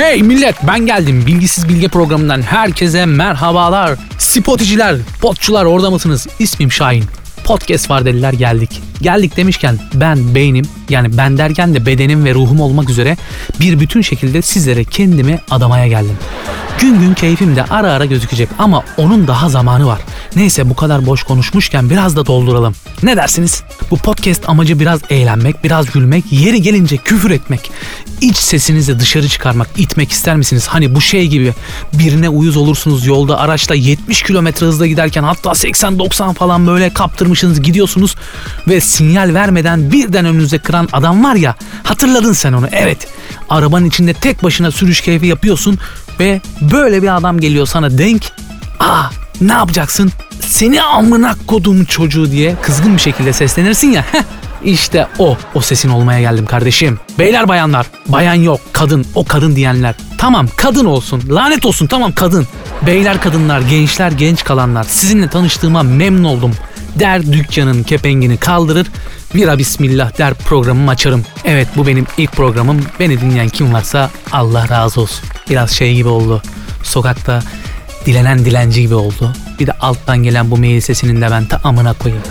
Hey millet, ben geldim. Bilgisiz Bilge programından herkese merhabalar. Spoticiler, potçular orada mısınız? İsmim Şahin. Podcast var dediler, geldik. Geldik demişken ben beynim, yani ben derken de bedenim ve ruhum olmak üzere bir bütün şekilde sizlere kendimi adamaya geldim. Gün gün keyfim de ara ara gözükecek ama onun daha zamanı var. Neyse, bu kadar boş konuşmuşken biraz da dolduralım. Ne dersiniz? Bu podcast amacı biraz eğlenmek, biraz gülmek, yeri gelince küfür etmek. İç sesinizi dışarı çıkarmak, itmek ister misiniz? Hani bu şey gibi, birine uyuz olursunuz yolda araçla 70 kilometre hızla giderken, hatta 80-90 falan böyle kaptırmışsınız gidiyorsunuz ve sinyal vermeden birden önünüze kıran adam var ya, hatırladın sen onu, evet. Arabanın içinde tek başına sürüş keyfi yapıyorsun ve böyle bir adam geliyor sana denk. Ne yapacaksın? Seni amına kodum çocuğu diye kızgın bir şekilde seslenirsin ya. İşte o sesin olmaya geldim kardeşim. Beyler bayanlar, bayan yok, kadın, o kadın diyenler. Tamam, kadın olsun, lanet olsun, tamam kadın. Beyler, kadınlar, gençler, genç kalanlar, sizinle tanıştığıma memnun oldum der, dükkanın kepengini kaldırır, vira bismillah der, programımı açarım. Evet, bu benim ilk programım. Beni dinleyen kim varsa Allah razı olsun. Biraz şey gibi oldu, sokakta dilenen dilenci gibi oldu. Bir de alttan gelen bu mail sesinin de ben ta amına koyayım.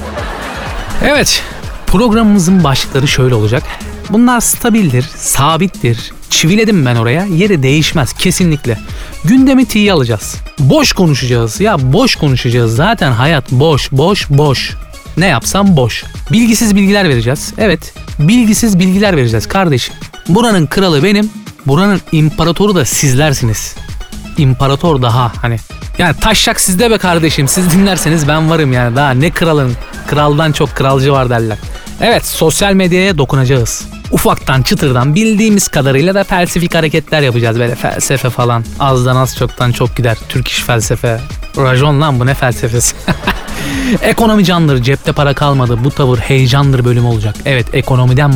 Evet, programımızın başlıkları şöyle olacak. Bunlar stabildir, sabittir. Çiviledim ben oraya. Yeri değişmez kesinlikle. Gündemi tiye alacağız. Boş konuşacağız. Ya boş konuşacağız. Zaten hayat boş. Ne yapsam boş. Bilgisiz bilgiler vereceğiz. Evet, bilgisiz bilgiler vereceğiz kardeşim. Buranın kralı benim. Buranın imparatoru da sizlersiniz. İmparator daha hani. Yani taşak sizde be kardeşim. Siz dinlerseniz ben varım yani. Daha ne kralın? Kraldan çok kralcı var derler. Evet, sosyal medyaya dokunacağız. Ufaktan çıtırdan bildiğimiz kadarıyla da felsefik hareketler yapacağız. Böyle felsefe falan. Azdan az çoktan çok gider. Türk iş felsefe. Rajon lan, bu ne felsefesi? Ekonomi candır, cepte para kalmadı. Bu tavır heyecandır bölümü olacak. Evet, ekonomiden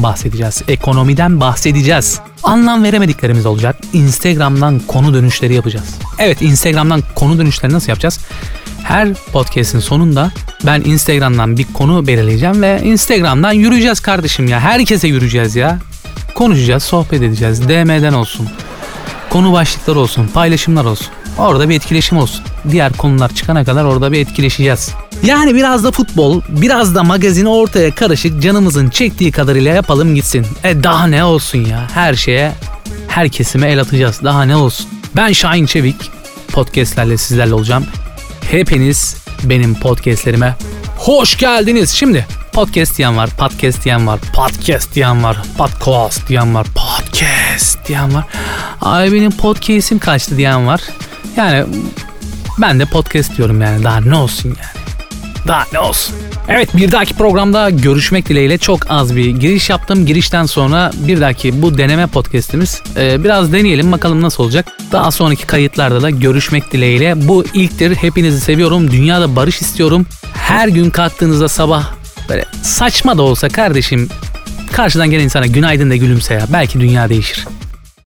bahsedeceğiz. Anlam veremediklerimiz olacak. Instagram'dan konu dönüşleri yapacağız. Evet, Instagram'dan konu dönüşleri nasıl yapacağız? Her podcast'in sonunda ben Instagram'dan bir konu belirleyeceğim ve Instagram'dan yürüyeceğiz kardeşim ya. Herkese yürüyeceğiz ya. Konuşacağız, sohbet edeceğiz. DM'den olsun. Konu başlıkları olsun, paylaşımlar olsun. Orada bir etkileşim olsun. Diğer konular çıkana kadar orada bir etkileşeceğiz. Yani biraz da futbol, biraz da magazin ortaya karışık, canımızın çektiği kadarıyla yapalım gitsin. Daha ne olsun ya? Her şeye, her kesime el atacağız. Daha ne olsun? Ben Şahin Çevik. Podcast'lerle sizlerle olacağım. Hepiniz benim podcast'lerime hoş geldiniz. Şimdi podcast diyen var, podcast diyen var, podcast diyen var, podcast diyen var, podcast diyen var. Ay benim podcast'im kaçtı diyen var. Yani ben de podcast diyorum yani. Daha ne olsun yani? Daha ne olsun? Evet, bir dahaki programda görüşmek dileğiyle. Çok az bir giriş yaptım. Girişten sonra bir dahaki bu deneme podcast'imiz biraz deneyelim bakalım nasıl olacak. Daha sonraki kayıtlarda da görüşmek dileğiyle. Bu ilktir. Hepinizi seviyorum. Dünyada barış istiyorum. Her gün kalktığınızda sabah böyle saçma da olsa kardeşim, karşıdan gelen insana günaydın de gülümse ya. Belki dünya değişir.